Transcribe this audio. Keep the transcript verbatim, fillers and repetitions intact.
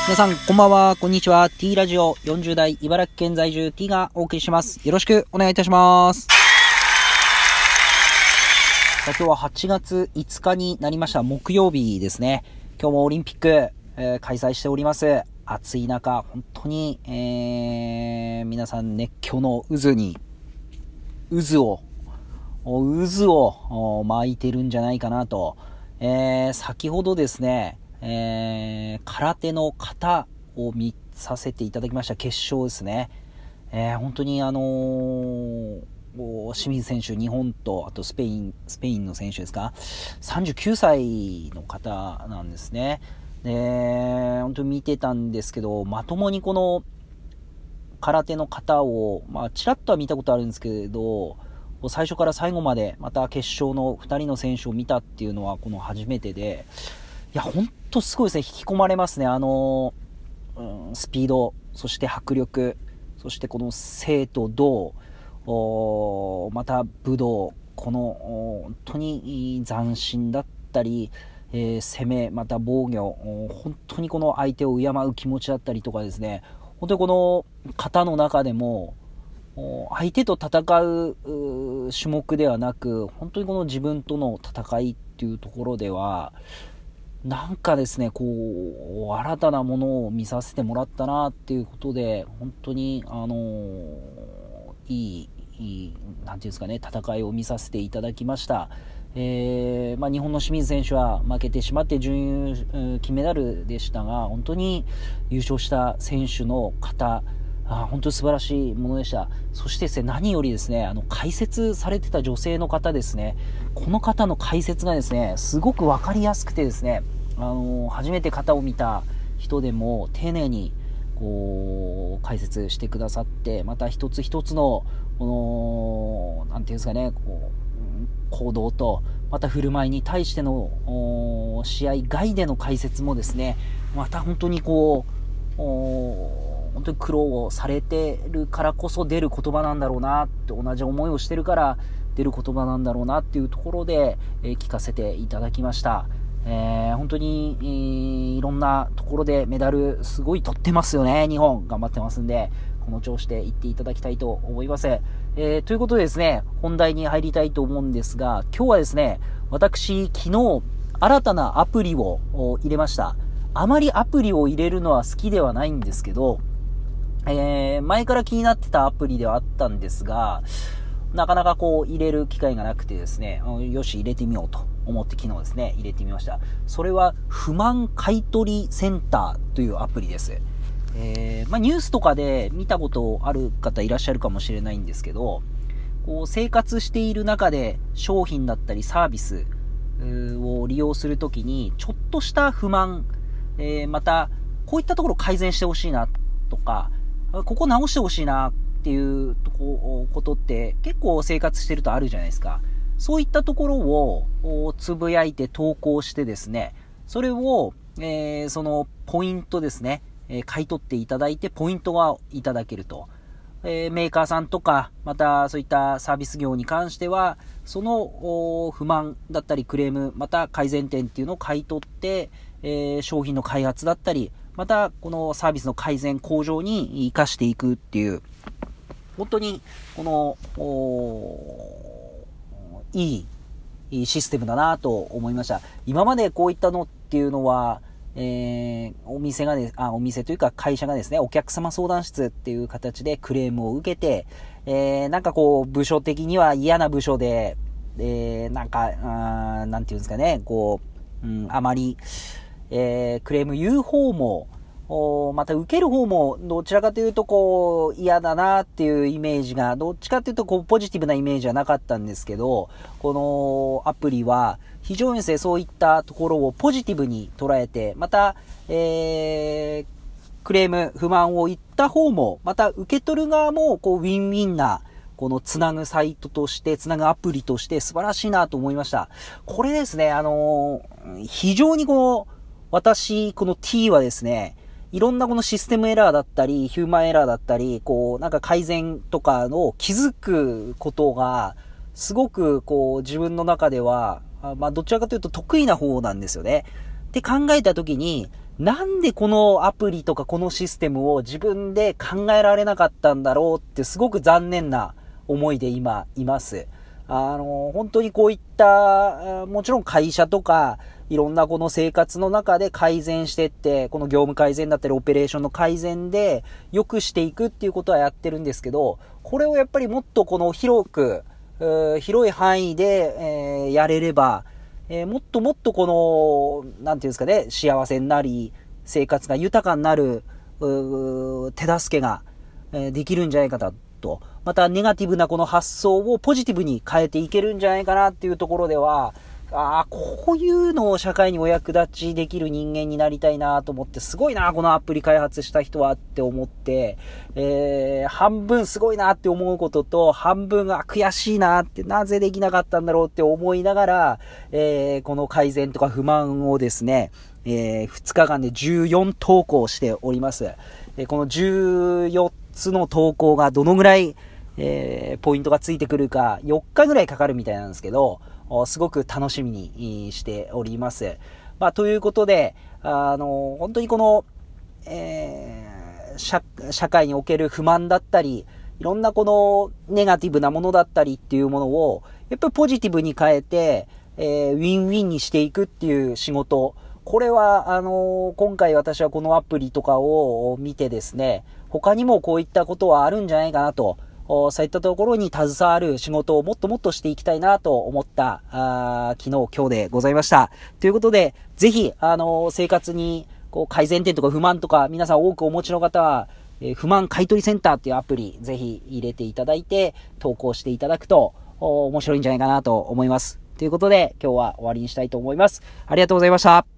皆さんこんばんは、こんにちは。 T ラジオよんじゅう代茨城県在住 T がお送りします。よろしくお願いいたします。さあ、今日ははちがついつかになりました。木曜日ですね。今日もオリンピック、えー、開催しております。暑い中本当に、えー、皆さん熱狂の渦に渦を渦を巻いてるんじゃないかなと、えー、先ほどですね、えー、空手の形を見させていただきました。決勝ですね。えー、本当にあのー、清水選手、日本とあとスペインスペインの選手ですか、さんじゅうきゅうさいの方なんですね。で、本当に見てたんですけど、まともにこの空手の形を、まあ、ちらっとは見たことあるんですけど、最初から最後までまた決勝のふたりの選手を見たっていうのはこの初めてで、いや本当すごいですね。引き込まれますね。あの、うん、スピード、そして迫力、そしてこの静と動、また武道、この本当に斬新だったり、えー、攻め、また防御、本当にこの相手を敬う気持ちだったりとかですね、本当にこの型の中でも相手と戦う種目ではなく、本当にこの自分との戦いっていうところではなんかですね、こう新たなものを見させてもらったなっていうことで、本当にあのー、いい、いいなんていうんですかね、戦いを見させていただきました。えーまあ、日本の清水選手は負けてしまって準優金メダルでしたが、本当に優勝した選手の方、あ本当に素晴らしいものでした。そしてですね、何よりですね、あの解説されてた女性の方ですね、この方の解説がですね、すごく分かりやすくてですね、あの初めて型を見た人でも丁寧にこう解説してくださって、また一つ一つのこのなんていうんですかね、こう行動とまた振る舞いに対しての試合外での解説もですね、また本当にこう本当に苦労をされてるからこそ出る言葉なんだろうなって、同じ思いをしてるから出る言葉なんだろうなっていうところで、えー、聞かせていただきました。えー、本当に、えー、いろんなところでメダルすごい取ってますよね。日本頑張ってますんで、この調子でいっていただきたいと思います。えー、ということでですね、本題に入りたいと思うんですが、今日はですね、私昨日新たなアプリを入れました。あまりアプリを入れるのは好きではないんですけど、えー、前から気になってたアプリではあったんですが、なかなかこう入れる機会がなくてですね、よし入れてみようと思って昨日ですね、入れてみました。それは不満買取センターというアプリです。えー、まあニュースとかで見たことある方いらっしゃるかもしれないんですけど、こう生活している中で商品だったりサービスを利用するときにちょっとした不満、えー、またこういったところ改善してほしいなとか、ここ直してほしいなっていうことって結構生活してるとあるじゃないですか。そういったところをつぶやいて投稿してですね、それを、えー、そのポイントですね、えー、買い取っていただいてポイントがいただけると、えー、メーカーさんとかまたそういったサービス業に関してはその不満だったりクレーム、また改善点っていうのを買い取って、えー、商品の開発だったり、またこのサービスの改善向上に生かしていくっていう、本当にこのいいシステムだなと思いました。今までこういったのっていうのは、えー、お店がね、あ、お店というか会社がですね、お客様相談室っていう形でクレームを受けて、えー、なんかこう部署的には嫌な部署で、えー、なんか、あなんていうんですかね、こう、うん、あまり、えー、クレーム言う方も、また受ける方もどちらかというとこう嫌だなっていうイメージが、どっちかというとこうポジティブなイメージはなかったんですけど、このアプリは非常にですね、そういったところをポジティブに捉えて、また、えー、クレーム不満を言った方も、また受け取る側もこうウィンウィンなこのつなぐサイトとして、つなぐアプリとして素晴らしいなと思いました。これですね、あのー、非常にこう私この T はですね、いろんなこのシステムエラーだったり、ヒューマンエラーだったり、こう、なんか改善とかの気づくことが、すごくこう、自分の中では、まあ、どちらかというと得意な方なんですよね。 って考えたときに、なんでこのアプリとかこのシステムを自分で考えられなかったんだろうってすごく残念な思いで今います。あの、本当にこういった、もちろん会社とか、いろんなこの生活の中で改善していって、この業務改善だったりオペレーションの改善で良くしていくっていうことはやってるんですけど、これをやっぱりもっとこの広く、広い範囲で、えー、やれれば、えー、もっともっとこの、なんていうんですかね、幸せになり、生活が豊かになる、手助けが、えー、できるんじゃないかと。また、ネガティブなこの発想をポジティブに変えていけるんじゃないかなっていうところでは、ああ、こういうのを社会にお役立ちできる人間になりたいなと思って、すごいな、このアプリ開発した人はって思って、えー、半分すごいなって思うことと、半分が悔しいなって、なぜできなかったんだろうって思いながら、えー、この改善とか不満をですね、えー、ふつかかんでじゅうよん投稿しております。えこのじゅうよっつの投稿がどのぐらい、えー、ポイントがついてくるか、よっかぐらいかかるみたいなんですけど、すごく楽しみにしております。まあ、ということで、あの、本当にこの、えー、社、社会における不満だったり、いろんなこのネガティブなものだったりっていうものを、やっぱりポジティブに変えて、えー、ウィンウィンにしていくっていう仕事、これは、あの、今回私はこのアプリとかを見てですね、他にもこういったことはあるんじゃないかなと、そういったところに携わる仕事をもっともっとしていきたいなと思った、あ昨日、今日でございました。ということで、ぜひ、あの、生活にこう改善点とか不満とか、皆さん多くお持ちの方は、えー、不満買取センターっていうアプリ、ぜひ入れていただいて、投稿していただくと、面白いんじゃないかなと思います。ということで、今日は終わりにしたいと思います。ありがとうございました。